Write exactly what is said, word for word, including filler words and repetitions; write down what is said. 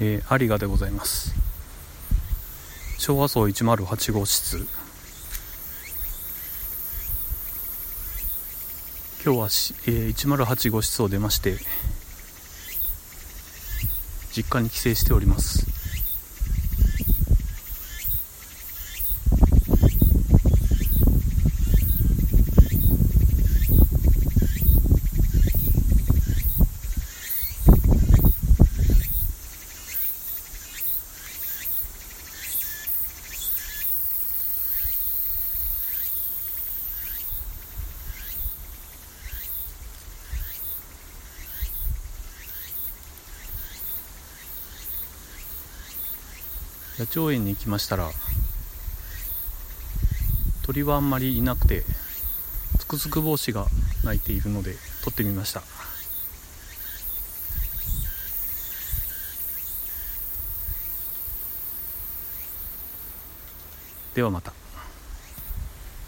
えー、有賀でございます。昭和層いちまるはち号室。今日はし、えー、いちまるはち号室を出まして実家に帰省しております。野鳥園に行きましたら鳥はあんまりいなくてつくつく帽子が鳴いているので撮ってみました。ではまた。